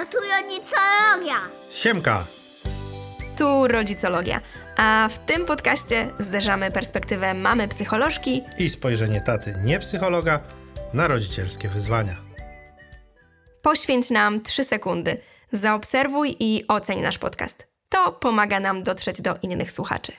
tu rodzicologia. Siemka! Tu rodzicologia, a w tym podcaście zderzamy perspektywę mamy psycholożki I spojrzenie taty, nie psychologa, na rodzicielskie wyzwania. Poświęć nam 3 sekundy, zaobserwuj i oceń nasz podcast. To pomaga nam dotrzeć do innych słuchaczy.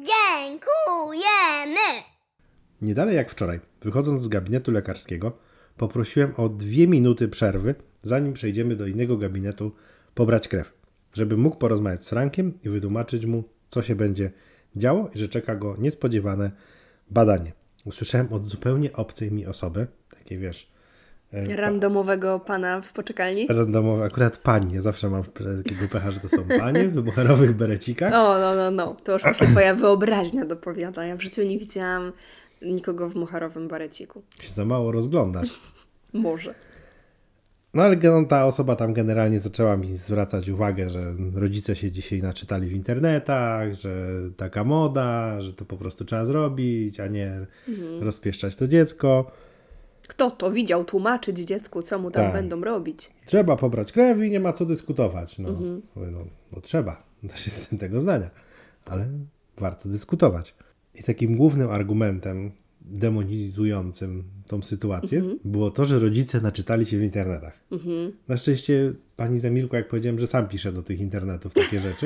Dziękujemy. Nie dalej jak wczoraj, wychodząc z gabinetu lekarskiego, poprosiłem o 2 minuty przerwy, zanim przejdziemy do innego gabinetu pobrać krew, żeby mógł porozmawiać z Frankiem i wytłumaczyć mu, co się będzie działo i że czeka go niespodziewane badanie. Usłyszałem od zupełnie obcej mi osoby, takie wiesz... Randomowego pana w poczekalni? Randomowe, akurat pani. Ja zawsze mam takiego pecha, że to są panie w wybucherowych berecikach. No. To już myślę, twoja wyobraźnia dopowiada. Ja w życiu nie widziałam nikogo w moherowym bareciku. Się za mało rozglądasz. Może. No ale ta osoba tam generalnie zaczęła mi zwracać uwagę, że rodzice się dzisiaj naczytali w internetach, że taka moda, że to po prostu trzeba zrobić, a nie rozpieszczać to dziecko. Kto to widział tłumaczyć dziecku, co mu tam Tak. będą robić? Trzeba pobrać krew i nie ma co dyskutować. No trzeba. Też jestem tego zdania. Ale warto dyskutować. I takim głównym argumentem demonizującym tą sytuację było to, że rodzice naczytali się w internetach. Na szczęście pani Zamilko, jak powiedziałem, że sam pisze do tych internetów takie rzeczy.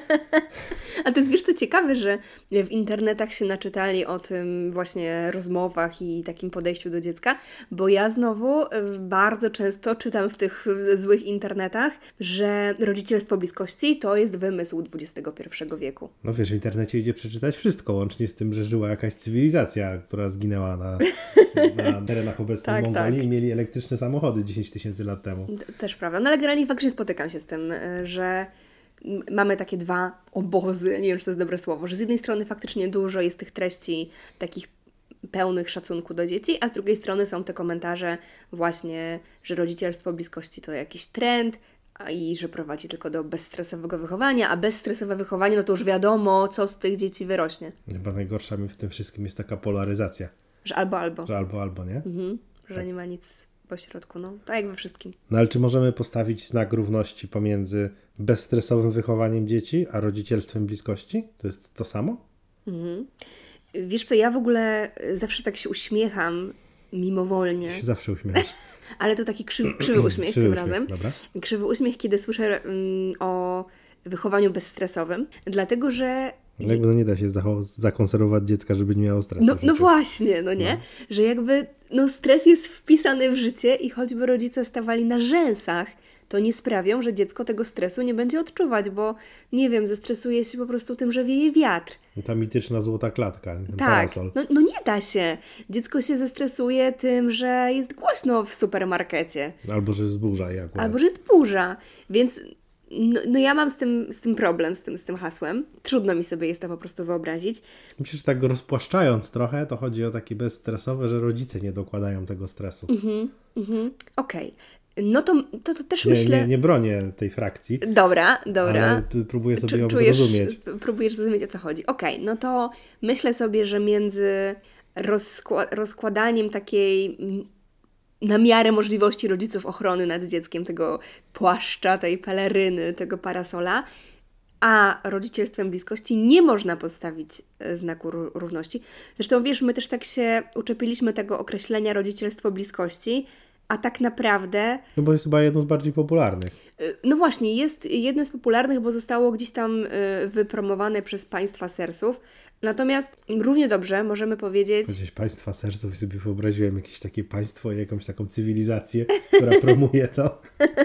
A to jest, wiesz, co ciekawe, że w internetach się naczytali o tym właśnie rozmowach i takim podejściu do dziecka, bo ja znowu bardzo często czytam w tych złych internetach, że rodzicielstwo bliskości to jest wymysł XXI wieku. No wiesz, w internecie idzie przeczytać wszystko, łącznie z tym, że żyła jakaś cywilizacja, która zginęła na terenach obecnej Tak, Mongolii tak. i mieli elektryczne samochody 10 000 lat temu. Też prawda. No ale generalnie faktycznie spotykam się z tym, że mamy takie 2 obozy, nie wiem, czy to jest dobre słowo, że z jednej strony faktycznie dużo jest tych treści takich pełnych szacunku do dzieci, a z drugiej strony są te komentarze właśnie, że rodzicielstwo bliskości to jakiś trend i że prowadzi tylko do bezstresowego wychowania, a bezstresowe wychowanie, no to już wiadomo, co z tych dzieci wyrośnie. Chyba najgorsza mi w tym wszystkim jest taka polaryzacja, Że albo. że albo, nie? Że nie ma nic pośrodku, no. Tak jak we wszystkim. No ale czy możemy postawić znak równości pomiędzy bezstresowym wychowaniem dzieci, a rodzicielstwem bliskości? To jest to samo? Wiesz co, ja w ogóle zawsze tak się uśmiecham mimowolnie. Ty się zawsze uśmiechasz. Ale to taki krzywy uśmiech tym razem. Dobra. Krzywy uśmiech, kiedy słyszę o wychowaniu bezstresowym, dlatego że... Ale jakby nie da się zakonserwować dziecka, żeby nie miało stresu. No właśnie, no nie? Że jakby stres jest wpisany w życie i choćby rodzice stawali na rzęsach, to nie sprawią, że dziecko tego stresu nie będzie odczuwać, bo nie wiem, zestresuje się po prostu tym, że wieje wiatr. Ta mityczna złota klatka, ten Tak, parasol. no nie da się. Dziecko się zestresuje tym, że jest głośno w supermarkecie. Albo że jest burza. Albo że jest burza. Więc no ja mam z tym problem, z tym hasłem. Trudno mi sobie jest to po prostu wyobrazić. Myślę, że tak go rozpłaszczając trochę, to chodzi o takie bezstresowe, że rodzice nie dokładają tego stresu. Okej. No to też myślę... Nie bronię tej frakcji. Dobra. Ale próbuję sobie ją zrozumieć. Próbujesz zrozumieć, o co chodzi. Okej, no to myślę sobie, że między rozkładaniem takiej na miarę możliwości rodziców ochrony nad dzieckiem, tego płaszcza, tej peleryny, tego parasola, a rodzicielstwem bliskości nie można postawić znaku równości. Zresztą wiesz, my też tak się uczepiliśmy tego określenia rodzicielstwo bliskości, a tak naprawdę... No bo jest chyba jedno z bardziej popularnych. No właśnie, jest jedno z popularnych, bo zostało gdzieś tam wypromowane przez państwa sersów. Natomiast równie dobrze możemy powiedzieć... Chociaż państwa serców i sobie wyobraziłem jakieś takie państwo, jakąś taką cywilizację, która promuje to.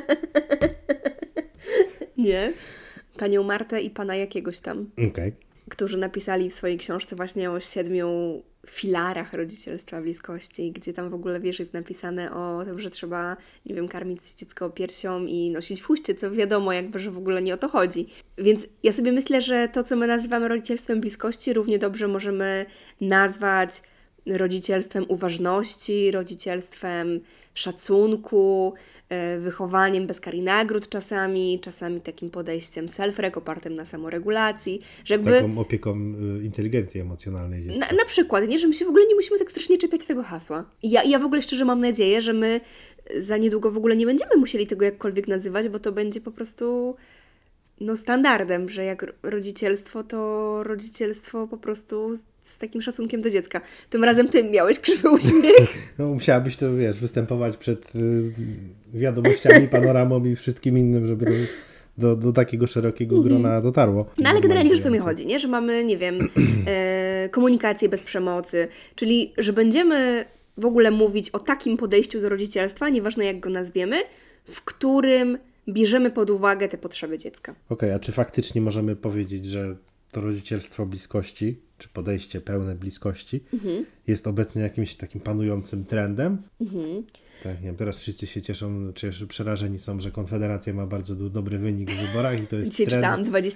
Nie. Panią Martę i pana jakiegoś tam. Okej. Którzy napisali w swojej książce właśnie o 7 filarach rodzicielstwa bliskości, gdzie tam w ogóle, wiesz, jest napisane o tym, że trzeba, nie wiem, karmić dziecko piersią i nosić w chuście, co wiadomo jakby, że w ogóle nie o to chodzi. Więc ja sobie myślę, że to, co my nazywamy rodzicielstwem bliskości, równie dobrze możemy nazwać rodzicielstwem uważności, rodzicielstwem szacunku, wychowaniem bez kar i nagród czasami takim podejściem self-rec opartym na samoregulacji. Że jakby, taką opieką inteligencji emocjonalnej dziecka. Na przykład, nie? Że my się w ogóle nie musimy tak strasznie czepiać tego hasła. Ja w ogóle szczerze mam nadzieję, że my za niedługo w ogóle nie będziemy musieli tego jakkolwiek nazywać, bo to będzie po prostu standardem, że jak rodzicielstwo, to rodzicielstwo po prostu z takim szacunkiem do dziecka. Tym razem Ty miałeś krzywy uśmiech. No musiałabyś to, występować przed wiadomościami, panoramą i wszystkim innym, żeby do takiego szerokiego grona dotarło. No ale generalnie już o to mi chodzi, nie? Że mamy, nie wiem, komunikację bez przemocy, czyli że będziemy w ogóle mówić o takim podejściu do rodzicielstwa, nieważne jak go nazwiemy, w którym bierzemy pod uwagę te potrzeby dziecka. Okej, a czy faktycznie możemy powiedzieć, że to rodzicielstwo bliskości, czy podejście pełne bliskości jest obecnie jakimś takim panującym trendem? Tak, nie wiem, teraz wszyscy się cieszą, czy przerażeni są, że Konfederacja ma bardzo dobry wynik w wyborach i to jest Dzisiaj trend. czytałam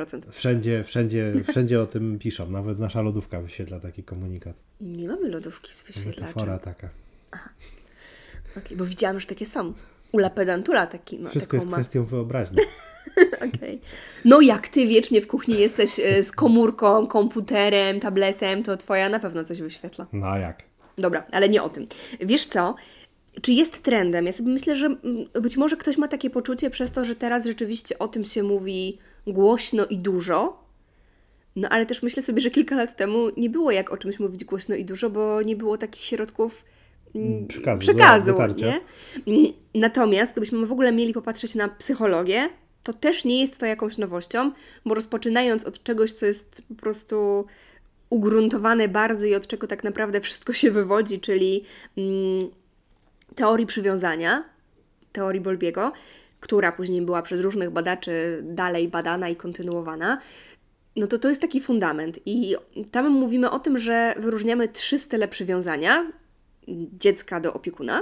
21%. Wszędzie o tym piszą, nawet nasza lodówka wyświetla taki komunikat. Nie mamy lodówki z wyświetlaczem. Metafora taka. Aha. Okay, bo widziałam, że takie są. Ula pedantula taki ma. Wszystko jest kwestią wyobraźni. Okay. No jak Ty wiecznie w kuchni jesteś z komórką, komputerem, tabletem, to Twoja na pewno coś wyświetla. No a jak? Dobra, ale nie o tym. Wiesz co? Czy jest trendem? Ja sobie myślę, że być może ktoś ma takie poczucie przez to, że teraz rzeczywiście o tym się mówi głośno i dużo. No ale też myślę sobie, że kilka lat temu nie było jak o czymś mówić głośno i dużo, bo nie było takich środków przekazu, nie? Natomiast gdybyśmy w ogóle mieli popatrzeć na psychologię, to też nie jest to jakąś nowością, bo rozpoczynając od czegoś, co jest po prostu ugruntowane bardzo i od czego tak naprawdę wszystko się wywodzi, czyli teorii przywiązania, teorii Bowlbiego, która później była przez różnych badaczy dalej badana i kontynuowana, no to jest taki fundament. I tam mówimy o tym, że wyróżniamy 3 style przywiązania dziecka do opiekuna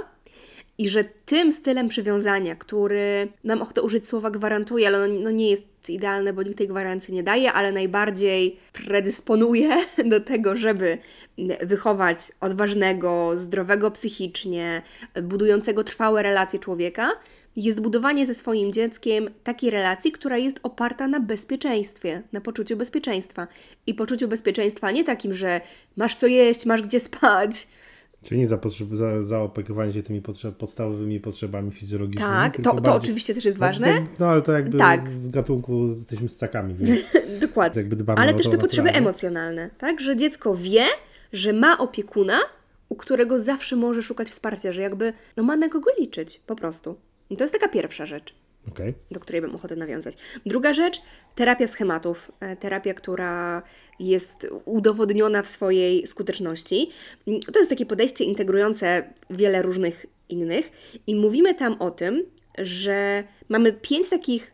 i że tym stylem przywiązania, który, mam ochotę użyć słowa gwarantuje, ale nie jest idealne, bo nikt tej gwarancji nie daje, ale najbardziej predysponuje do tego, żeby wychować odważnego, zdrowego psychicznie, budującego trwałe relacje człowieka, jest budowanie ze swoim dzieckiem takiej relacji, która jest oparta na bezpieczeństwie, na poczuciu bezpieczeństwa. I poczuciu bezpieczeństwa nie takim, że masz co jeść, masz gdzie spać. Czyli nie zaopiekowanie się tymi podstawowymi potrzebami fizjologicznymi. Tak, to oczywiście też jest ważne. No ale to jakby tak. Z gatunku jesteśmy ssakami, więc dokładnie. Jakby dbamy ale o też to te potrzeby naturalnie. emocjonalne, tak? Że dziecko wie, że ma opiekuna, u którego zawsze może szukać wsparcia, że jakby ma na kogo liczyć, po prostu. I to jest taka pierwsza rzecz. Okay. Do której bym ochotę nawiązać. Druga rzecz, terapia schematów. Terapia, która jest udowodniona w swojej skuteczności. To jest takie podejście integrujące wiele różnych innych i mówimy tam o tym, że mamy 5 takich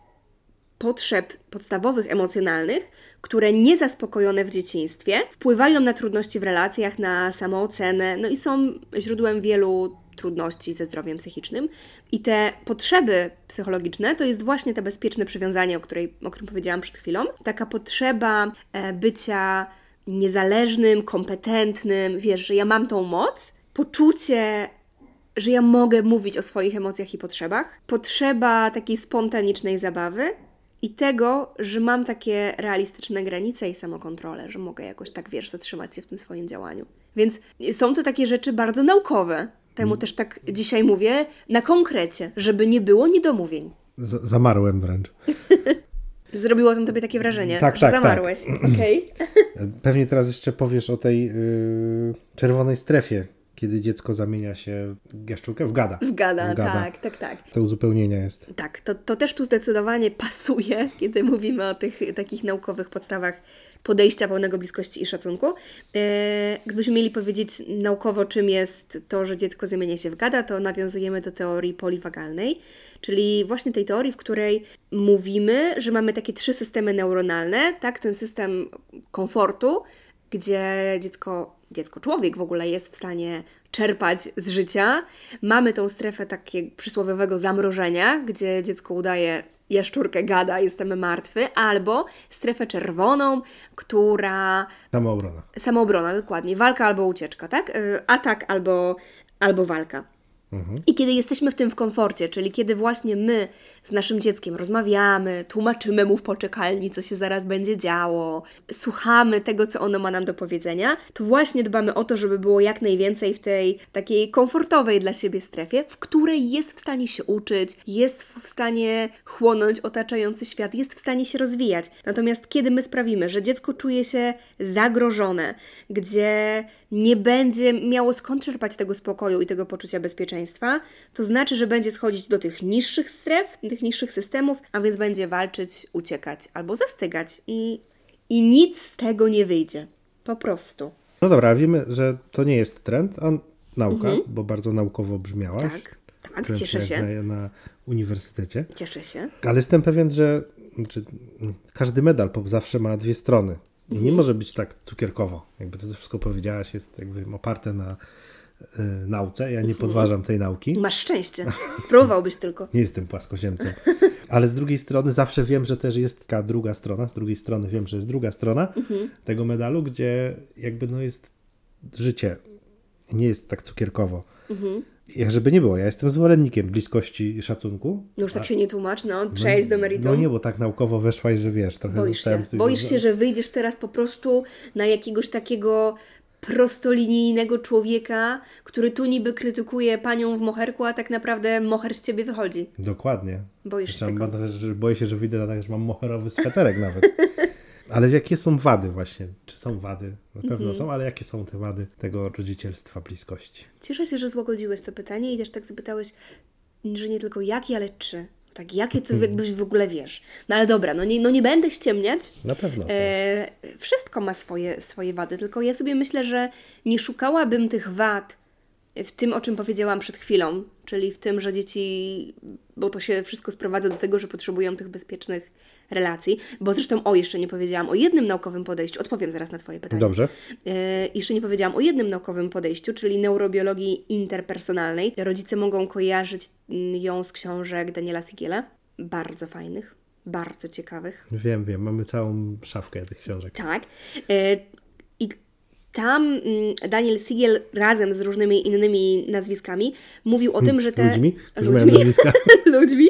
potrzeb podstawowych, emocjonalnych, które niezaspokojone w dzieciństwie wpływają na trudności w relacjach, na samoocenę, no i są źródłem wielu trudności ze zdrowiem psychicznym. I te potrzeby psychologiczne to jest właśnie to bezpieczne przywiązanie, o którym powiedziałam przed chwilą. Taka potrzeba bycia niezależnym, kompetentnym, wiesz, że ja mam tą moc, poczucie, że ja mogę mówić o swoich emocjach i potrzebach, potrzeba takiej spontanicznej zabawy i tego, że mam takie realistyczne granice i samokontrolę, że mogę jakoś tak, wiesz, zatrzymać się w tym swoim działaniu. Więc są to takie rzeczy bardzo naukowe. Temu też tak dzisiaj mówię na konkrecie, żeby nie było niedomówień. Zamarłem wręcz. Zrobiło to na Tobie takie wrażenie, tak, że tak, zamarłeś. Tak. Okay. Pewnie teraz jeszcze powiesz o tej czerwonej strefie, kiedy dziecko zamienia się w jaszczurkę, w gada. W gada, tak. To uzupełnienie jest. Tak, to też tu zdecydowanie pasuje, kiedy mówimy o tych takich naukowych podstawach podejścia pełnego bliskości i szacunku. Gdybyśmy mieli powiedzieć naukowo, czym jest to, że dziecko zamienia się w gada, to nawiązujemy do teorii poliwagalnej, czyli właśnie tej teorii, w której mówimy, że mamy takie 3 systemy neuronalne, tak? Ten system komfortu, gdzie człowiek w ogóle jest w stanie czerpać z życia. Mamy tą strefę takiego przysłowiowego zamrożenia, gdzie dziecko udaje jaszczurkę, gada, jestem martwy, albo strefę czerwoną, która... Samoobrona. Samoobrona, dokładnie. Walka albo ucieczka, tak? Atak albo walka. I kiedy jesteśmy w tym w komforcie, czyli kiedy właśnie my z naszym dzieckiem rozmawiamy, tłumaczymy mu w poczekalni, co się zaraz będzie działo, słuchamy tego, co ono ma nam do powiedzenia, to właśnie dbamy o to, żeby było jak najwięcej w tej takiej komfortowej dla siebie strefie, w której jest w stanie się uczyć, jest w stanie chłonąć otaczający świat, jest w stanie się rozwijać. Natomiast kiedy my sprawimy, że dziecko czuje się zagrożone, gdzie nie będzie miało skąd czerpać tego spokoju i tego poczucia bezpieczeństwa, to znaczy, że będzie schodzić do tych niższych stref, tych niższych systemów, a więc będzie walczyć, uciekać albo zastygać i nic z tego nie wyjdzie. Po prostu. No dobra, ale wiemy, że to nie jest trend, a nauka, bo bardzo naukowo brzmiałaś. Tak, cieszę się. Na uniwersytecie. Cieszę się. Ale jestem pewien, że każdy medal zawsze ma dwie strony. I nie może być tak cukierkowo. Jakby to wszystko powiedziałaś, jest jakby oparte na nauce. Ja nie podważam tej nauki. Masz szczęście. Spróbowałbyś tylko. Nie jestem płaskoziemcem. Ale z drugiej strony zawsze wiem, że też jest taka druga strona. Z drugiej strony wiem, że jest druga strona tego medalu, gdzie jakby jest życie. Nie jest tak cukierkowo. Jak żeby nie było, ja jestem zwolennikiem bliskości i szacunku. No już tak się nie tłumacz, przejdź do meritum. No nie, bo tak naukowo weszłaś, że wiesz, trochę Boisz się, że wyjdziesz teraz po prostu na jakiegoś takiego prostolinijnego człowieka, który tu niby krytykuje panią w moherku, a tak naprawdę moher z ciebie wychodzi. Dokładnie. Boisz się tego. Boję się, że wyjdę na tak, że mam moherowy sweterek nawet. Ale jakie są wady właśnie? Czy są wady? Na pewno są, ale jakie są te wady tego rodzicielstwa, bliskości? Cieszę się, że złagodziłeś to pytanie i też tak zapytałeś, że nie tylko jakie, ale czy. Tak, jakie to jakbyś w ogóle wiesz. No ale dobra, nie będę ściemniać. Na pewno. Wszystko ma swoje wady, tylko ja sobie myślę, że nie szukałabym tych wad w tym, o czym powiedziałam przed chwilą, czyli w tym, że dzieci, bo to się wszystko sprowadza do tego, że potrzebują tych bezpiecznych relacji, bo zresztą jeszcze nie powiedziałam o jednym naukowym podejściu, odpowiem zaraz na Twoje pytanie. Dobrze. Jeszcze nie powiedziałam o jednym naukowym podejściu, czyli neurobiologii interpersonalnej. Rodzice mogą kojarzyć ją z książek Daniela Siegela, bardzo fajnych, bardzo ciekawych. Wiem, mamy całą szafkę tych książek. Tak. I tam Daniel Siegel razem z różnymi innymi nazwiskami mówił o tym, że te... ludźmi,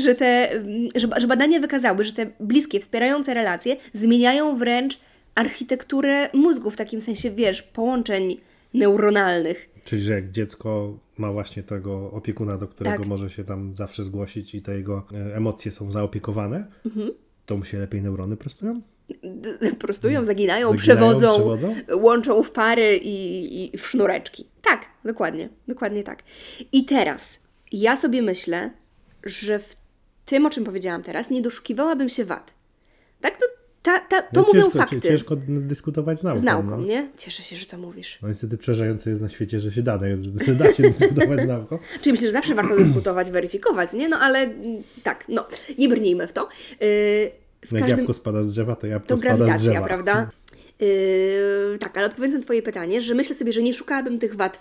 że badania wykazały, że te bliskie, wspierające relacje zmieniają wręcz architekturę mózgu, w takim sensie, połączeń neuronalnych. Czyli, że jak dziecko ma właśnie tego opiekuna, do którego może się tam zawsze zgłosić i te jego emocje są zaopiekowane, to mu się lepiej neurony prostują? Prostują, zaginają, przewodzą, łączą w pary i w sznureczki. Tak, dokładnie tak. I teraz ja sobie myślę, że w tym, o czym powiedziałam teraz, nie doszukiwałabym się wad. Tak? To mówią fakty. Ciężko dyskutować z nauką. Z nauką, nie? Cieszę się, że to mówisz. No niestety przerażające jest na świecie, że się da się dyskutować z nauką. Czyli myślę, że zawsze warto dyskutować, weryfikować, nie? Ale tak, nie brnijmy w to. Jak jabłko spada z drzewa, to jabłko spada z drzewa. To grawitacja, prawda? Tak, ale odpowiedz na Twoje pytanie, że myślę sobie, że nie szukałabym tych wad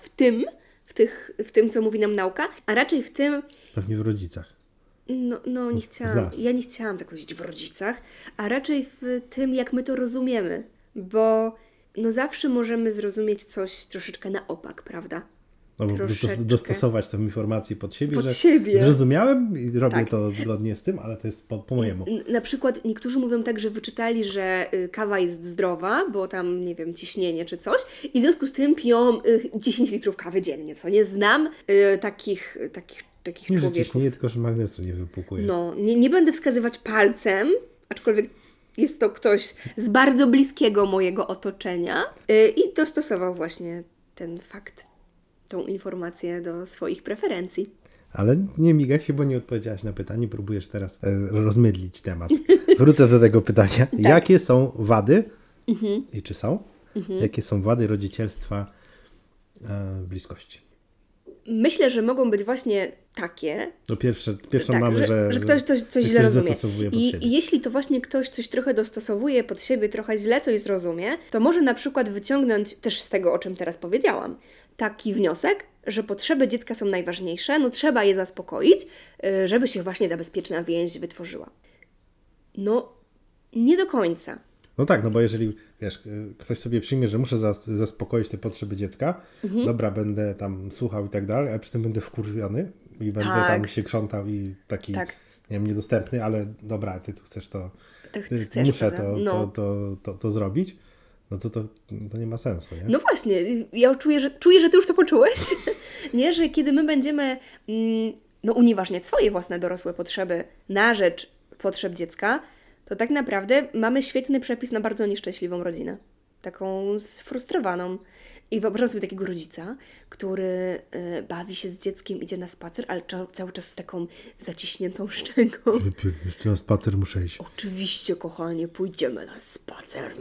w tym, co mówi nam nauka, a raczej w tym... Pewnie w rodzicach. Nie chciałam. Ja nie chciałam tak powiedzieć w rodzicach, a raczej w tym, jak my to rozumiemy. Bo zawsze możemy zrozumieć coś troszeczkę na opak, prawda? Dostosować tę informację pod siebie, zrozumiałem i robię to zgodnie z tym, ale to jest po mojemu. Na przykład niektórzy mówią tak, że wyczytali, że kawa jest zdrowa, bo tam, nie wiem, ciśnienie czy coś i w związku z tym piją 10 litrów kawy dziennie, co nie znam takich człowieków. Nie ciśnienie, tylko że magnesu nie wypłukuje. Nie będę wskazywać palcem, aczkolwiek jest to ktoś z bardzo bliskiego mojego otoczenia i dostosował właśnie ten fakt, tą informację do swoich preferencji. Ale nie migaj się, bo nie odpowiedziałaś na pytanie. Próbujesz teraz rozmydlić temat. Wrócę do tego pytania. Tak. Jakie są wady i czy są? Jakie są wady rodzicielstwa bliskości? Myślę, że mogą być właśnie takie. Pierwszą mamy, że ktoś coś źle rozumie. Dostosowuje pod siebie. I jeśli to właśnie ktoś coś trochę dostosowuje pod siebie, trochę źle coś zrozumie, to może na przykład wyciągnąć też z tego, o czym teraz powiedziałam, taki wniosek, że potrzeby dziecka są najważniejsze, trzeba je zaspokoić, żeby się właśnie ta bezpieczna więź wytworzyła. Nie do końca. No tak, no bo jeżeli, wiesz, ktoś sobie przyjmie, że muszę zaspokoić te potrzeby dziecka, dobra, będę tam słuchał i tak dalej, a przy tym będę wkurwiony i będę tam się krzątał i taki, nie wiem, niedostępny, ale dobra, ty tu chcesz to, chcesz, muszę to zrobić, no to nie ma sensu, nie? No właśnie, ja czuję, że ty już to poczułeś, nie? Że kiedy my będziemy unieważniać swoje własne dorosłe potrzeby na rzecz potrzeb dziecka, to tak naprawdę mamy świetny przepis na bardzo nieszczęśliwą rodzinę. Taką sfrustrowaną. I wyobrażam sobie takiego rodzica, który bawi się z dzieckiem, idzie na spacer, ale cały czas z taką zaciśniętą szczęką. Jeszcze na spacer muszę iść. Oczywiście, kochanie, pójdziemy na spacer.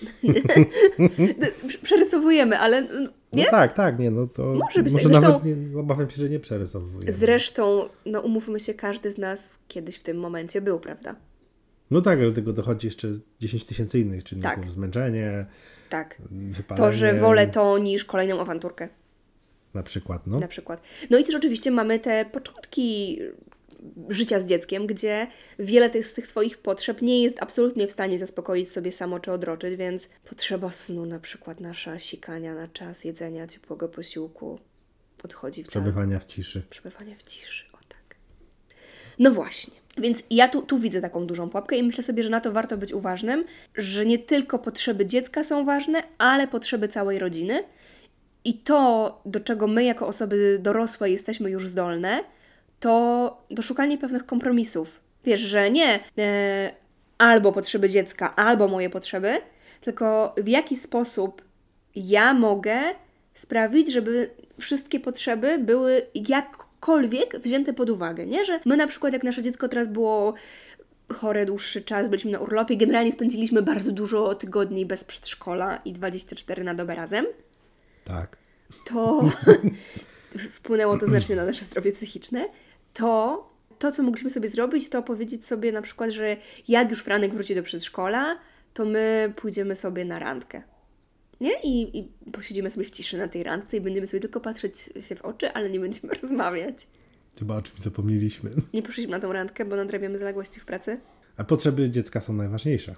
Przerysowujemy, ale nie? No tak, nie, no to może być. Może nawet obawiam się, że nie przerysowujemy. Zresztą, umówmy się, każdy z nas kiedyś w tym momencie był, prawda? No tak, ale do tego dochodzi jeszcze 10 000 innych czynników. Tak. Zmęczenie, wypalenie. To, że wolę to niż kolejną awanturkę. Na przykład, no. Na przykład. No i też oczywiście mamy te początki życia z dzieckiem, gdzie wiele z tych swoich potrzeb nie jest absolutnie w stanie zaspokoić sobie samo czy odroczyć, więc potrzeba snu, na przykład nasza sikania na czas, jedzenia, ciepłego posiłku odchodzi w Przebywania w ciszy. Przebywania w ciszy, o tak. No właśnie. Więc ja tu widzę taką dużą pułapkę i myślę sobie, że na to warto być uważnym, że nie tylko potrzeby dziecka są ważne, ale potrzeby całej rodziny. I to, do czego my jako osoby dorosłe jesteśmy już zdolne, to szukanie pewnych kompromisów. Wiesz, że nie albo potrzeby dziecka, albo moje potrzeby, tylko w jaki sposób ja mogę sprawić, żeby wszystkie potrzeby były jakkolwiek wzięte pod uwagę, nie? Że my na przykład, jak nasze dziecko teraz było chore dłuższy czas, byliśmy na urlopie, generalnie spędziliśmy bardzo dużo tygodni bez przedszkola i 24 na dobę razem. Tak. To wpłynęło to znacznie na nasze zdrowie psychiczne. To, co mogliśmy sobie zrobić, to powiedzieć sobie na przykład, że jak już Franek wróci do przedszkola, to my pójdziemy sobie na randkę. Nie? I posiedzimy sobie w ciszy na tej randce i będziemy sobie tylko patrzeć się w oczy, ale nie będziemy rozmawiać. Chyba o czymś zapomnieliśmy. Nie poszliśmy na tą randkę, bo nadrabiamy zaległości w pracy. A potrzeby dziecka są najważniejsze.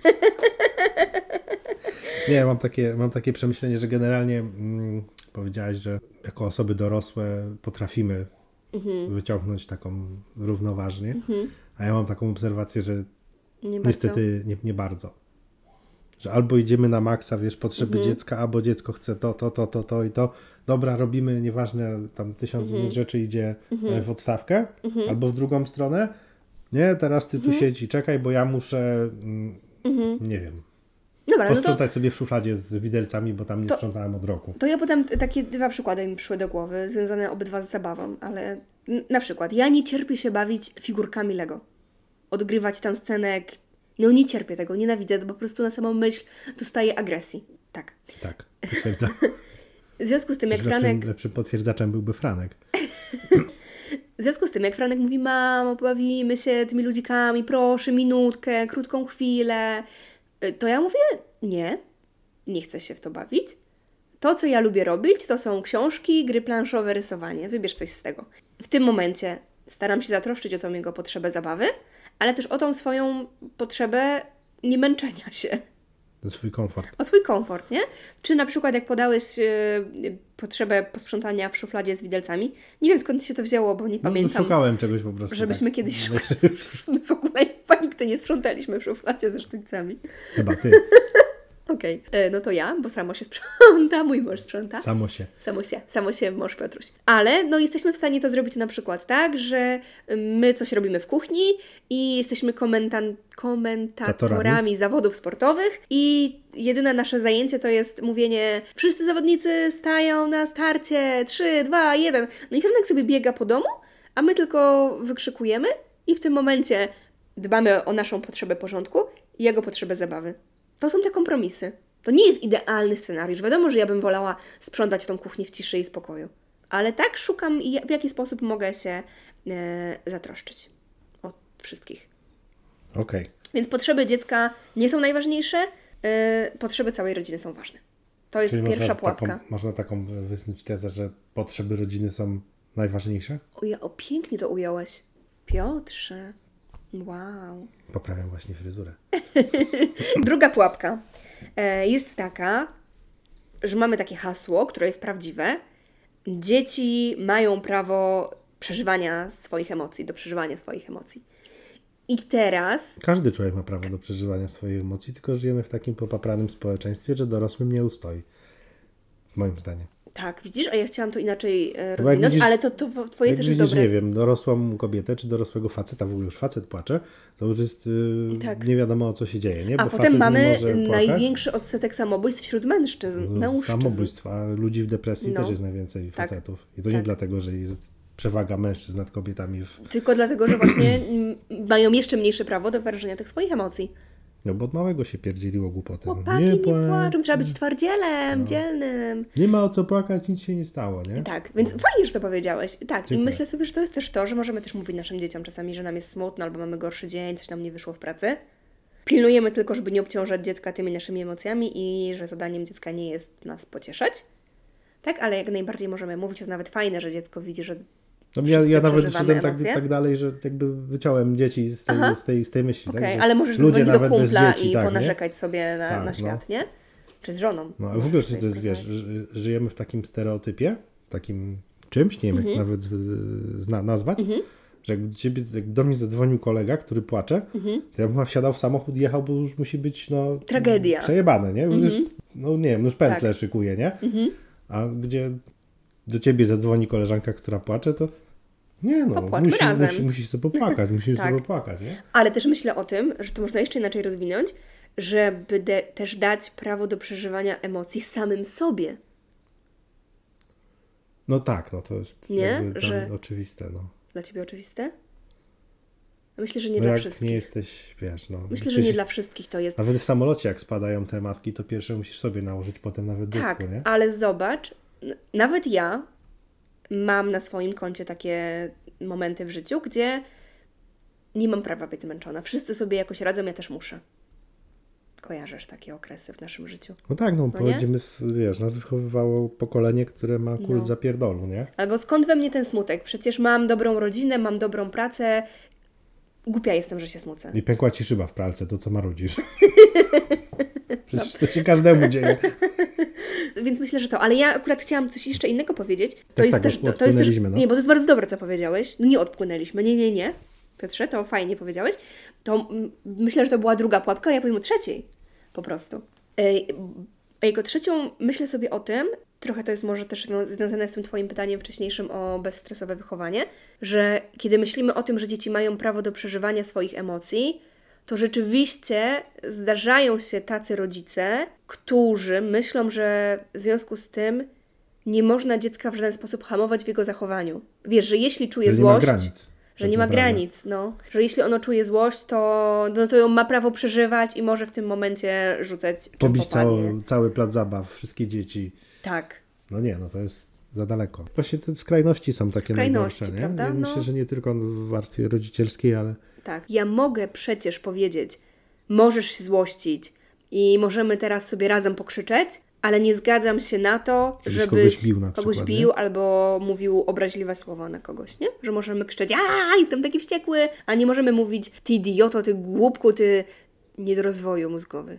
Nie, mam takie przemyślenie, że generalnie powiedziałaś, że jako osoby dorosłe potrafimy wyciągnąć taką równoważnie, a ja mam taką obserwację, że niestety nie bardzo. Że albo idziemy na maksa, wiesz, potrzeby dziecka, albo dziecko chce to i to. Dobra, robimy, nieważne, tam 1000 innych rzeczy idzie w odstawkę, albo w drugą stronę. Nie, teraz ty tu siedź i czekaj, bo ja muszę, nie wiem, dobra, posprzątać sobie w szufladzie z widelcami, bo tam nie sprzątałem od roku. To ja potem takie 2 przykłady mi przyszły do głowy, związane obydwa z zabawą, ale na przykład ja nie cierpię się bawić figurkami Lego. Odgrywać tam scenek. No nie cierpię tego, nienawidzę, to po prostu na samą myśl dostaję agresji. Tak. Tak, potwierdzam. W związku z tym, jak Franek... Lepszym potwierdzaczem byłby Franek. W związku z tym, jak Franek mówi, mamo, pobawimy się tymi ludzikami, proszę, minutkę, krótką chwilę, to ja mówię, nie chcę się w to bawić. To, co ja lubię robić, to są książki, gry planszowe, rysowanie. Wybierz coś z tego. W tym momencie staram się zatroszczyć o tą jego potrzebę zabawy, ale też o tą swoją potrzebę niemęczenia się. O swój komfort. O swój komfort, nie? Czy na przykład jak podałeś potrzebę posprzątania w szufladzie z widelcami, nie wiem skąd się to wzięło, bo nie pamiętam. Szukałem czegoś po prostu. Żebyśmy kiedyś my w ogóle nigdy nie sprzątaliśmy w szufladzie ze sztućcami. Chyba ty. Okej, no to ja, bo samo się sprząta, mój mąż sprząta. Samo się mąż Piotruś. Ale no jesteśmy w stanie to zrobić na przykład tak, że my coś robimy w kuchni i jesteśmy komentatorami zawodów sportowych i jedyne nasze zajęcie to jest mówienie: wszyscy zawodnicy stają na starcie, 3, 2, 1. No i Franek sobie biega po domu, a my tylko wykrzykujemy i w tym momencie dbamy o naszą potrzebę porządku i jego potrzebę zabawy. To są te kompromisy. To nie jest idealny scenariusz. Wiadomo, że ja bym wolała sprzątać tą kuchnię w ciszy i spokoju. Ale tak szukam, w jaki sposób mogę się zatroszczyć o wszystkich. Okej. Więc potrzeby dziecka nie są najważniejsze, potrzeby całej rodziny są ważne. To jest czyli pierwsza pułapka. Można taką wysnuć tezę, że potrzeby rodziny są najważniejsze? Pięknie to ująłeś. Piotrze. Wow. Poprawiam właśnie fryzurę. Druga pułapka jest taka, że mamy takie hasło, które jest prawdziwe. Dzieci mają prawo przeżywania swoich emocji, do przeżywania swoich emocji. I teraz... Każdy człowiek ma prawo do przeżywania swoich emocji, tylko żyjemy w takim popapranym społeczeństwie, że dorosłym nie ustoi. Moim zdaniem. Tak, widzisz, a ja chciałam to inaczej rozwinąć, ale to twoje też jest dobre. Nie wiem, dorosłą kobietę czy dorosłego faceta, w ogóle już facet płacze, to już jest nie wiadomo o co się dzieje, nie? Bo a potem mamy nie może największy odsetek samobójstw wśród mężczyzn. Samobójstw, a ludzi w depresji też jest najwięcej facetów. I to nie dlatego, że jest przewaga mężczyzn nad kobietami. Tylko dlatego, że właśnie mają jeszcze mniejsze prawo do wyrażenia tych swoich emocji. No bo od małego się pierdzieliło głupoty. Chłopaki nie płaczą, trzeba być twardzielem, dzielnym. Nie ma o co płakać, nic się nie stało, nie? Tak, więc fajnie, że to powiedziałeś. Tak, dziękuję. I myślę sobie, że to jest też to, że możemy też mówić naszym dzieciom czasami, że nam jest smutno albo mamy gorszy dzień, coś nam nie wyszło w pracy. Pilnujemy tylko, żeby nie obciążać dziecka tymi naszymi emocjami i że zadaniem dziecka nie jest nas pocieszać. Tak, ale jak najbardziej możemy mówić, to nawet fajne, że dziecko widzi, że ja nawet szedłem tak dalej, że jakby wyciąłem dzieci z tej myśli. Okay, tak, ale możesz dzwonić do kumpla i ponarzekać sobie na świat, nie? Czy z żoną. No, ale w ogóle to jest, wiesz, żyjemy w takim stereotypie, takim czymś, nie wiem jak nawet nazwać, że jak do mnie zadzwonił kolega, który płacze, to ja bym wsiadał w samochód i jechał, bo już musi być tragedia. Przejebane, nie? Już jest, nie wiem, już pętlę szykuje, nie? A gdzie do ciebie zadzwoni koleżanka, która płacze, to nie musi sobie popłakać, sobie popłakać, nie? Ale też myślę o tym, że to można jeszcze inaczej rozwinąć, żeby też dać prawo do przeżywania emocji samym sobie. No tak, to jest oczywiste. Dla ciebie oczywiste? Myślę, że nie dla wszystkich. Nie jesteś, wiesz, Myślę, że nie dla wszystkich to jest. Nawet w samolocie, jak spadają te matki, to pierwsze musisz sobie nałożyć, potem nawet dziecku, nie? Ale zobacz, nawet ja mam na swoim koncie takie momenty w życiu, gdzie nie mam prawa być zmęczona. Wszyscy sobie jakoś radzą, ja też muszę. Kojarzysz takie okresy w naszym życiu? No tak, powiedzmy, wiesz, nas wychowywało pokolenie, które ma kult zapierdolu, nie? Albo skąd we mnie ten smutek? Przecież mam dobrą rodzinę, mam dobrą pracę. Głupia jestem, że się smucę. I pękła ci szyba w pralce, to co marudzisz? Przecież to się każdemu dzieje. Więc myślę, że to. Ale ja akurat chciałam coś jeszcze innego powiedzieć. To jest też... Nie, bo to jest bardzo dobre, co powiedziałeś. Nie odpłynęliśmy. Nie. Piotrze, to fajnie powiedziałeś. To myślę, że to była druga pułapka, a ja powiem o trzeciej. Po prostu. A jako trzecią myślę sobie o tym, trochę to jest może też związane z tym twoim pytaniem wcześniejszym o bezstresowe wychowanie, że kiedy myślimy o tym, że dzieci mają prawo do przeżywania swoich emocji, to rzeczywiście zdarzają się tacy rodzice, którzy myślą, że w związku z tym nie można dziecka w żaden sposób hamować w jego zachowaniu. Wiesz, że jeśli czuje złość... Że nie ma granic, Że jeśli ono czuje złość, to ją ma prawo przeżywać i może w tym momencie rzucać czym pobić popadnie. cały plac zabaw, wszystkie dzieci. Tak. To jest za daleko. Właśnie te skrajności są takie najgorsze, nie? Prawda? Ja myślę, że nie tylko w warstwie rodzicielskiej, ale... Tak. Ja mogę przecież powiedzieć, możesz się złościć i możemy teraz sobie razem pokrzyczeć, ale nie zgadzam się na to, żebyś kogoś bił albo mówił obraźliwe słowa na kogoś, nie? Że możemy krzyczeć, jestem taki wściekły, a nie możemy mówić, ty idioto, ty głupku, ty niedorozwoju mózgowy.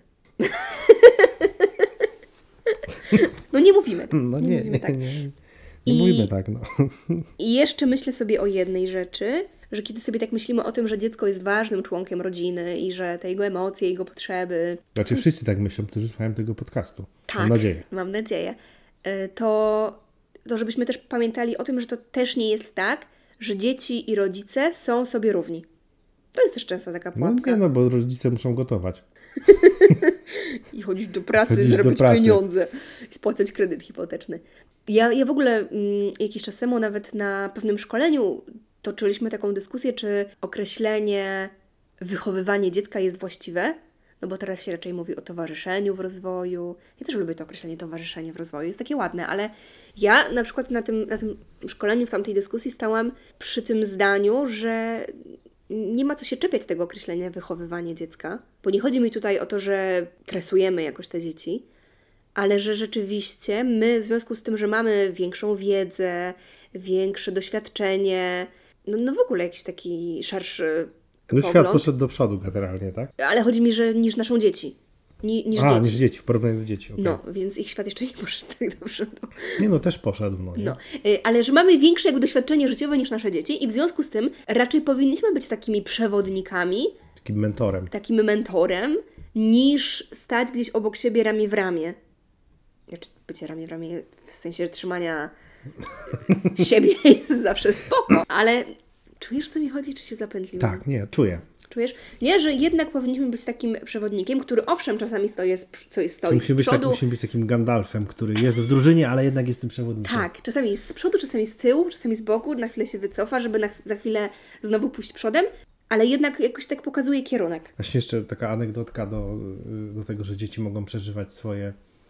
Nie mówimy tak. Nie mówimy tak, I jeszcze myślę sobie o jednej rzeczy, że kiedy sobie tak myślimy o tym, że dziecko jest ważnym członkiem rodziny i że te jego emocje, jego potrzeby... Znaczy wszyscy tak myślą, którzy słuchają tego podcastu. Tak, mam nadzieję. To żebyśmy też pamiętali o tym, że to też nie jest tak, że dzieci i rodzice są sobie równi. To jest też często taka pułapka. Bo rodzice muszą gotować. I chodzić do pracy, zrobić pieniądze i spłacać kredyt hipoteczny. Ja w ogóle jakiś czas temu nawet na pewnym szkoleniu toczyliśmy taką dyskusję, czy określenie wychowywanie dziecka jest właściwe, bo teraz się raczej mówi o towarzyszeniu w rozwoju. Ja też lubię to określenie towarzyszenie w rozwoju, jest takie ładne, ale ja na przykład na tym szkoleniu, w tamtej dyskusji stałam przy tym zdaniu, że nie ma co się czepiać tego określenia wychowywanie dziecka, bo nie chodzi mi tutaj o to, że tresujemy jakoś te dzieci, ale że rzeczywiście my w związku z tym, że mamy większą wiedzę, większe doświadczenie, w ogóle jakiś taki szerszy No pogląd. świat poszedł do przodu generalnie, tak? Ale chodzi mi, że niż naszą dzieci. Niż dzieci, w porównaniu do dzieci. Okay. No, więc ich świat jeszcze nie poszedł tak dobrze. No. Nie no, też poszedł. No. Ale że mamy większe jakby doświadczenie życiowe niż nasze dzieci i w związku z tym raczej powinniśmy być takimi przewodnikami. Takim mentorem, niż stać gdzieś obok siebie ramię w ramię. Znaczy, bycie ramię w ramię w sensie trzymania siebie jest zawsze spoko, ale czujesz, o co mi chodzi, czy się zapętliłam? Tak, nie, czuję. Czujesz? Nie, że jednak powinniśmy być takim przewodnikiem, który owszem czasami stoi z przodu. Musimy być takim Gandalfem, który jest w drużynie, ale jednak jest tym przewodnikiem. Tak, czasami jest z przodu, czasami z tyłu, czasami z boku, na chwilę się wycofa, żeby za chwilę znowu pójść przodem, ale jednak jakoś tak pokazuje kierunek. Właśnie jeszcze taka anegdotka do tego, że dzieci mogą przeżywać swoje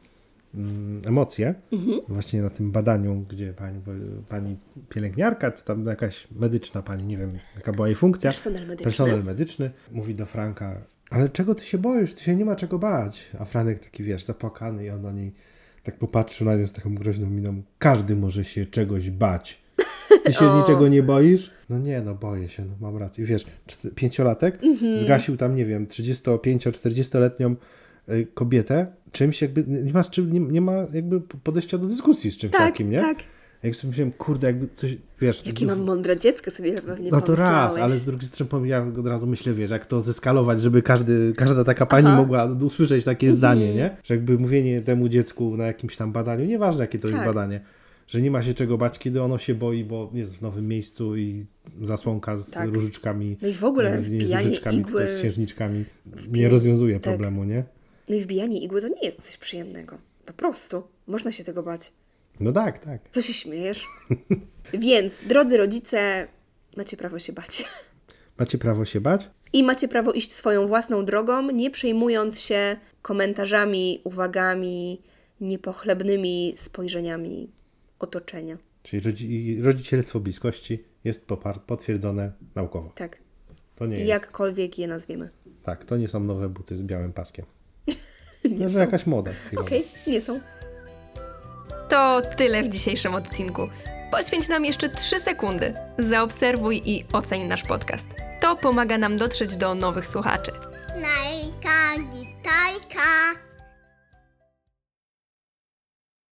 emocje. Właśnie na tym badaniu, gdzie pani pielęgniarka, czy tam jakaś medyczna pani, nie wiem jaka była jej funkcja. Personel medyczny mówi do Franka, ale czego ty się boisz? Ty się nie ma czego bać. A Franek taki, wiesz, zapłakany i on na niej tak popatrzył na nią z taką groźną miną. Każdy może się czegoś bać. Ty się niczego nie boisz? No nie, no boję się, no mam rację. Wiesz, 5-latek zgasił tam, nie wiem, 35-40-letnią kobietę czymś jakby, nie ma jakby podejścia do dyskusji z czymś takim, nie? Tak. Jak sobie myślałem, kurde, jakby coś, wiesz... Jakie mam mądre dziecko sobie pewnie no to raz, ale z drugiej strony ja od razu myślę, wiesz, jak to zeskalować, żeby każda taka pani mogła usłyszeć takie zdanie, nie? Że jakby mówienie temu dziecku na jakimś tam badaniu, nieważne jakie to jest badanie, że nie ma się czego bać, kiedy ono się boi, bo jest w nowym miejscu i zasłonka z różyczkami, no i w ogóle wbijanie igły, z księżniczkami nie rozwiązuje problemu, nie? No i wbijanie igły to nie jest coś przyjemnego. Po prostu. Można się tego bać. No tak. Co się śmiejesz? Więc, drodzy rodzice, macie prawo się bać. Macie prawo się bać? I macie prawo iść swoją własną drogą, nie przejmując się komentarzami, uwagami, niepochlebnymi spojrzeniami otoczenia. Czyli rodzicielstwo bliskości jest potwierdzone naukowo. Tak. To nie jest. Jakkolwiek je nazwiemy. Tak, to nie są nowe buty z białym paskiem. To że jakaś moda. Okej, nie są. To tyle w dzisiejszym odcinku. Poświęć nam jeszcze 3 sekundy. Zaobserwuj i oceń nasz podcast. To pomaga nam dotrzeć do nowych słuchaczy.